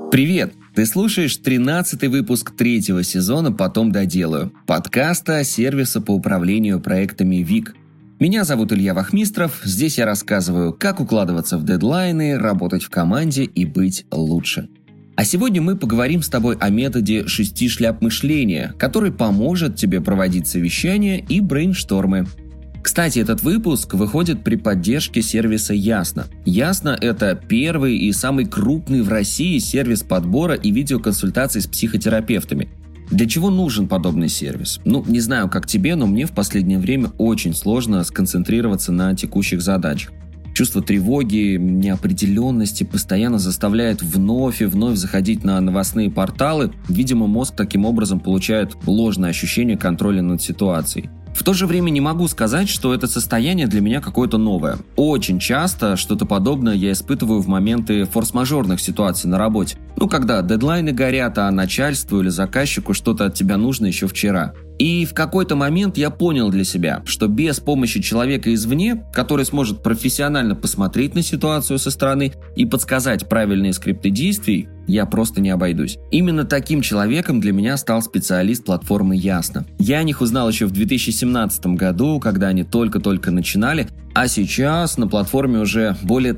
Привет! Ты слушаешь 13-й выпуск 3-го сезона «Потом доделаю» подкаста сервиса по управлению проектами ВИК. Меня зовут Илья Вахмистров, здесь я рассказываю, как укладываться в дедлайны, работать в команде и быть лучше. А сегодня мы поговорим с тобой о методе 6 шляп мышления, который поможет тебе проводить совещания и брейнштормы. Кстати, этот выпуск выходит при поддержке сервиса Ясно. Ясно – это первый и самый крупный в России сервис подбора и видеоконсультаций с психотерапевтами. Для чего нужен подобный сервис? Не знаю, как тебе, но мне в последнее время очень сложно сконцентрироваться на текущих задачах. Чувство тревоги, неопределенности постоянно заставляет вновь и вновь заходить на новостные порталы. Видимо, мозг таким образом получает ложное ощущение контроля над ситуацией. В то же время не могу сказать, что это состояние для меня какое-то новое. Очень часто что-то подобное я испытываю в моменты форс-мажорных ситуаций на работе. Когда дедлайны горят, а начальству или заказчику что-то от тебя нужно еще вчера. И в какой-то момент я понял для себя, что без помощи человека извне, который сможет профессионально посмотреть на ситуацию со стороны и подсказать правильные скрипты действий, я просто не обойдусь. Именно таким человеком для меня стал специалист платформы Ясно. Я о них узнал еще в 2017 году, когда они только-только начинали, а сейчас на платформе уже более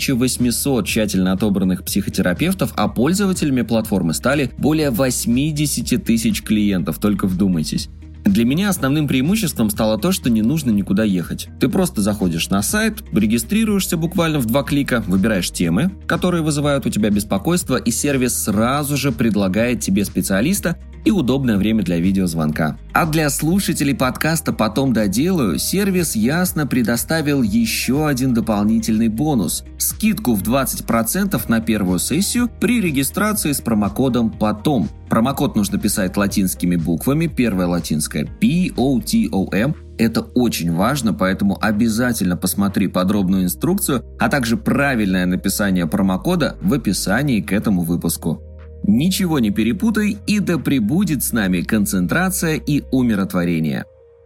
1800 тщательно отобранных психотерапевтов, а пользователями платформы стали более 80 тысяч клиентов, только вдумайтесь. Для меня основным преимуществом стало то, что не нужно никуда ехать. Ты просто заходишь на сайт, регистрируешься буквально в 2 клика, выбираешь темы, которые вызывают у тебя беспокойство, и сервис сразу же предлагает тебе специалиста и удобное время для видеозвонка. А для слушателей подкаста «Потом доделаю» сервис Ясно предоставил еще один дополнительный бонус – скидку в 20% на первую сессию при регистрации с промокодом «Потом». Промокод нужно писать латинскими буквами, первая латинская POTOM. Это очень важно, поэтому обязательно посмотри подробную инструкцию, а также правильное написание промокода в описании к этому выпуску. Ничего не перепутай, и да пребудет с нами концентрация и умиротворение.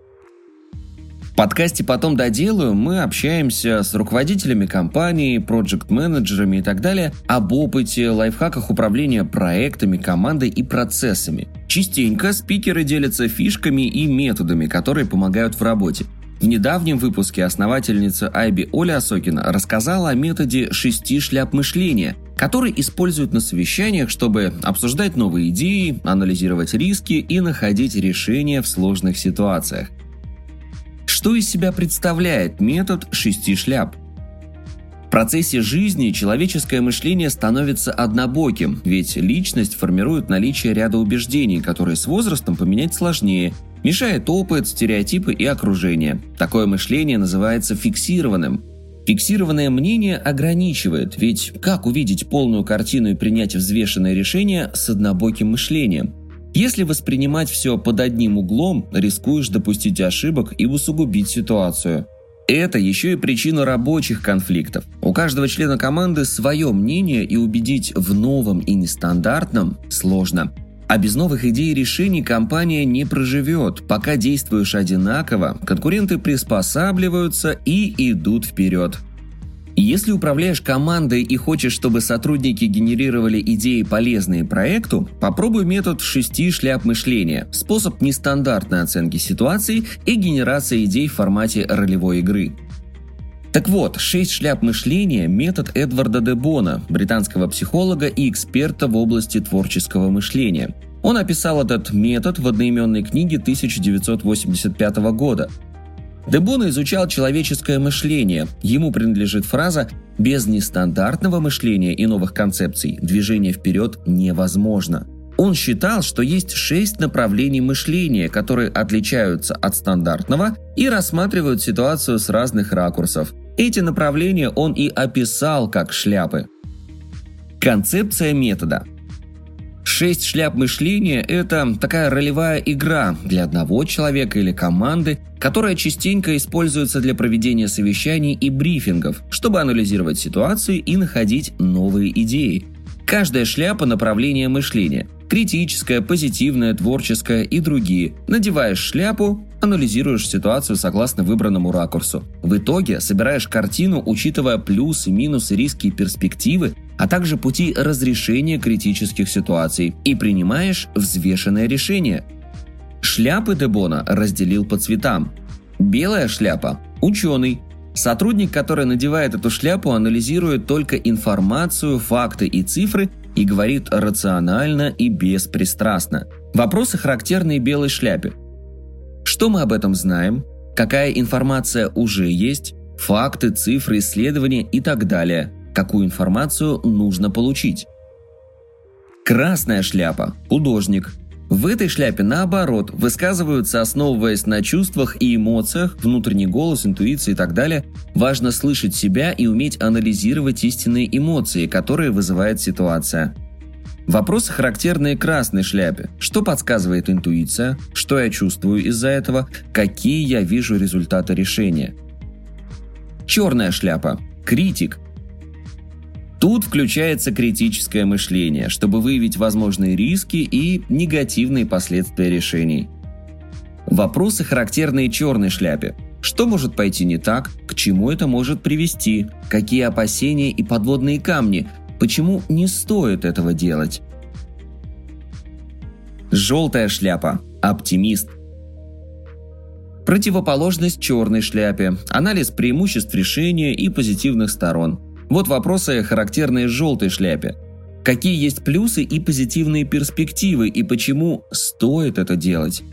В подкасте «Потом доделаю» мы общаемся с руководителями компаний, проект-менеджерами и так далее об опыте, лайфхаках управления проектами, командой и процессами. Частенько спикеры делятся фишками и методами, которые помогают в работе. В недавнем выпуске основательница IB Оля Осокина рассказала о методе 6 шляп мышления, который используют на совещаниях, чтобы обсуждать новые идеи, анализировать риски и находить решения в сложных ситуациях. Что из себя представляет метод 6 шляп? В процессе жизни человеческое мышление становится однобоким, ведь личность формирует наличие ряда убеждений, которые с возрастом поменять сложнее. Мешает опыт, стереотипы и окружение. Такое мышление называется фиксированным. Фиксированное мнение ограничивает, ведь как увидеть полную картину и принять взвешенное решение с однобоким мышлением? Если воспринимать все под одним углом, рискуешь допустить ошибок и усугубить ситуацию. Это еще и причина рабочих конфликтов. У каждого члена команды свое мнение, и убедить в новом и нестандартном сложно. А без новых идей и решений компания не проживет. Пока действуешь одинаково, конкуренты приспосабливаются и идут вперед. Если управляешь командой и хочешь, чтобы сотрудники генерировали идеи, полезные проекту, попробуй метод 6 шляп мышления – способ нестандартной оценки ситуации и генерации идей в формате ролевой игры. Так вот, 6 шляп мышления – метод Эдварда де Бона, британского психолога и эксперта в области творческого мышления. Он описал этот метод в одноименной книге 1985 года. Де Боно изучал человеческое мышление. Ему принадлежит фраза «без нестандартного мышления и новых концепций движение вперед невозможно». Он считал, что есть 6 направлений мышления, которые отличаются от стандартного и рассматривают ситуацию с разных ракурсов. Эти направления он и описал как шляпы. Концепция метода. 6 шляп мышления – это такая ролевая игра для одного человека или команды, которая частенько используется для проведения совещаний и брифингов, чтобы анализировать ситуацию и находить новые идеи. Каждая шляпа – направление мышления. Критическое, позитивное, творческое и другие. Надеваешь шляпу, анализируешь ситуацию согласно выбранному ракурсу. В итоге собираешь картину, учитывая плюсы, минусы, риски и перспективы, а также пути разрешения критических ситуаций и принимаешь взвешенное решение. Шляпы де Боно разделил по цветам. Белая шляпа – ученый. Сотрудник, который надевает эту шляпу, анализирует только информацию, факты и цифры и говорит рационально и беспристрастно. Вопросы, характерные белой шляпе. Что мы об этом знаем? Какая информация уже есть? Факты, цифры, исследования и так далее. Какую информацию нужно получить? Красная шляпа – художник. В этой шляпе, наоборот, высказываются, основываясь на чувствах и эмоциях, внутренний голос, интуиция и так далее. Важно слышать себя и уметь анализировать истинные эмоции, которые вызывает ситуация. Вопросы, характерные красной шляпе. Что подсказывает интуиция? Что я чувствую из-за этого? Какие я вижу результаты решения? Черная шляпа. Критик. Тут включается критическое мышление, чтобы выявить возможные риски и негативные последствия решений. Вопросы, характерные черной шляпе. Что может пойти не так? К чему это может привести? Какие опасения и подводные камни? Почему не стоит этого делать? Желтая шляпа. Оптимист. Противоположность черной шляпе. Анализ преимуществ решения и позитивных сторон. Вот вопросы, характерные желтой шляпе. Какие есть плюсы и позитивные перспективы, и почему стоит это делать?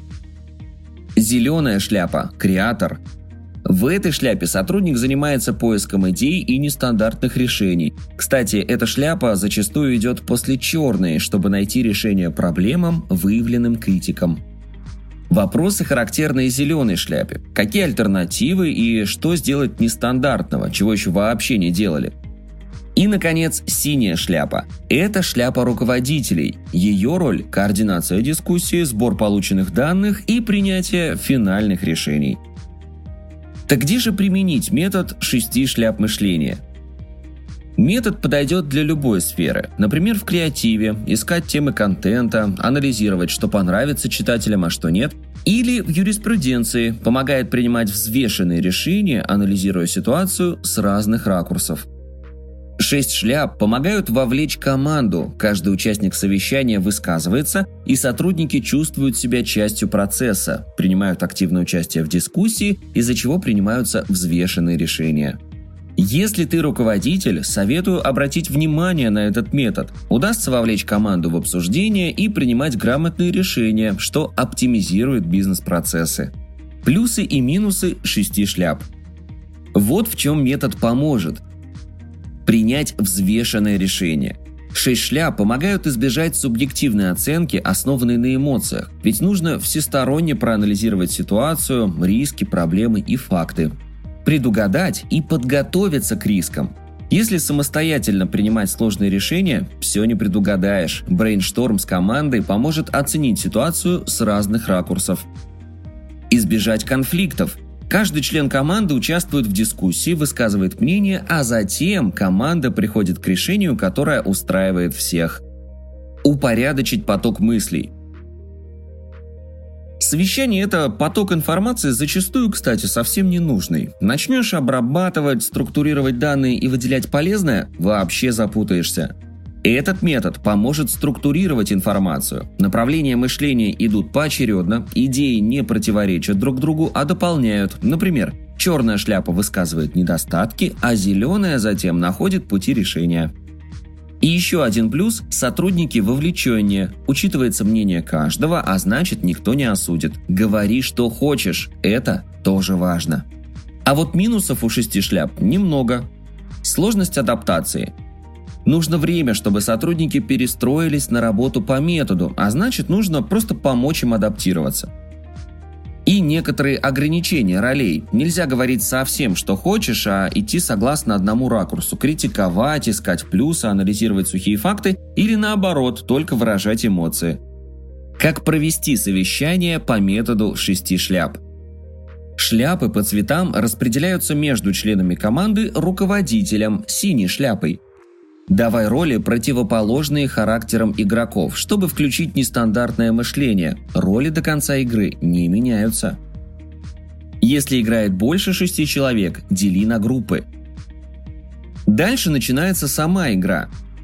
Зеленая шляпа. Креатор. В этой шляпе сотрудник занимается поиском идей и нестандартных решений. Кстати, эта шляпа зачастую идет после черной, чтобы найти решение проблемам, выявленным критиком. Вопросы, характерные зеленой шляпе. Какие альтернативы и что сделать нестандартного, чего еще вообще не делали? И, наконец, синяя шляпа. Это шляпа руководителей. Ее роль – координация дискуссии, сбор полученных данных и принятие финальных решений. Так где же применить метод 6 шляп мышления? Метод подойдет для любой сферы. Например, в креативе, искать темы контента, анализировать, что понравится читателям, а что нет. Или в юриспруденции, помогает принимать взвешенные решения, анализируя ситуацию с разных ракурсов. 6 шляп помогают вовлечь команду, каждый участник совещания высказывается, и сотрудники чувствуют себя частью процесса, принимают активное участие в дискуссии, из-за чего принимаются взвешенные решения. Если ты руководитель, советую обратить внимание на этот метод. Удастся вовлечь команду в обсуждение и принимать грамотные решения, что оптимизирует бизнес-процессы. Плюсы и минусы 6 шляп. Вот в чем метод поможет. Принять взвешенное решение. 6 шляп помогают избежать субъективной оценки, основанной на эмоциях, ведь нужно всесторонне проанализировать ситуацию, риски, проблемы и факты. Предугадать и подготовиться к рискам. Если самостоятельно принимать сложные решения, все не предугадаешь. Брейншторм с командой поможет оценить ситуацию с разных ракурсов. Избежать конфликтов. Каждый член команды участвует в дискуссии, высказывает мнение, а затем команда приходит к решению, которое устраивает всех. Упорядочить поток мыслей. Совещание – это поток информации, зачастую, кстати, совсем ненужный. Начнешь обрабатывать, структурировать данные и выделять полезное – вообще запутаешься. Этот метод поможет структурировать информацию. Направления мышления идут поочередно, идеи не противоречат друг другу, а дополняют. Например, черная шляпа высказывает недостатки, а зеленая затем находит пути решения. И еще один плюс – сотрудники вовлеченнее. Учитывается мнение каждого, а значит, никто не осудит. Говори, что хочешь. Это тоже важно. А вот минусов у 6 шляп немного. Сложность адаптации. Нужно время, чтобы сотрудники перестроились на работу по методу, а значит, нужно просто помочь им адаптироваться. И некоторые ограничения ролей. Нельзя говорить совсем, что хочешь, а идти согласно одному ракурсу, критиковать, искать плюсы, анализировать сухие факты или наоборот, только выражать эмоции. Как провести совещание по методу 6 шляп? Шляпы по цветам распределяются между членами команды руководителем синей шляпой. Давай роли, противоположные характерам игроков, чтобы включить нестандартное мышление. Роли до конца игры не меняются. Если играет больше 6 человек, дели на группы. Дальше начинается сама игра.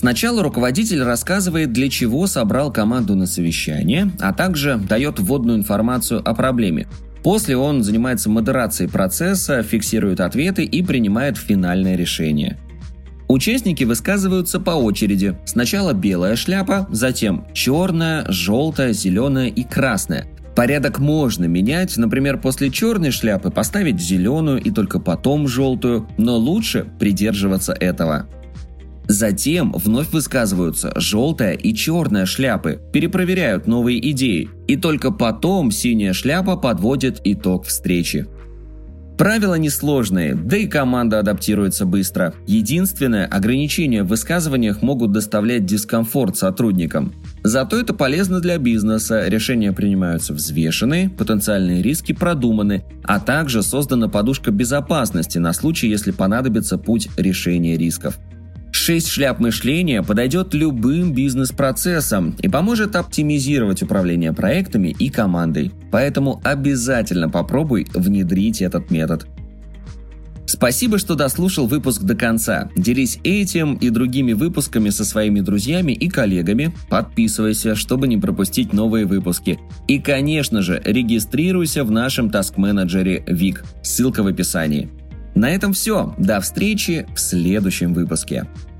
Сначала руководитель рассказывает, для чего собрал команду на совещание, а также дает вводную информацию о проблеме. После он занимается модерацией процесса, фиксирует ответы и принимает финальное решение. Участники высказываются по очереди. Сначала белая шляпа, затем черная, желтая, зеленая и красная. Порядок можно менять, например, после черной шляпы поставить зеленую и только потом желтую, но лучше придерживаться этого. Затем вновь высказываются желтая и черная шляпы, перепроверяют новые идеи, и только потом синяя шляпа подводит итог встречи. Правила несложные, да и команда адаптируется быстро. Единственное, ограничения в высказываниях могут доставлять дискомфорт сотрудникам. Зато это полезно для бизнеса, решения принимаются взвешенные, потенциальные риски продуманы, а также создана подушка безопасности на случай, если понадобится путь решения рисков. 6 шляп мышления подойдет любым бизнес-процессам и поможет оптимизировать управление проектами и командой. Поэтому обязательно попробуй внедрить этот метод. Спасибо, что дослушал выпуск до конца. Делись этим и другими выпусками со своими друзьями и коллегами. Подписывайся, чтобы не пропустить новые выпуски. И, конечно же, регистрируйся в нашем таск-менеджере Вик. Ссылка в описании. На этом все. До встречи в следующем выпуске.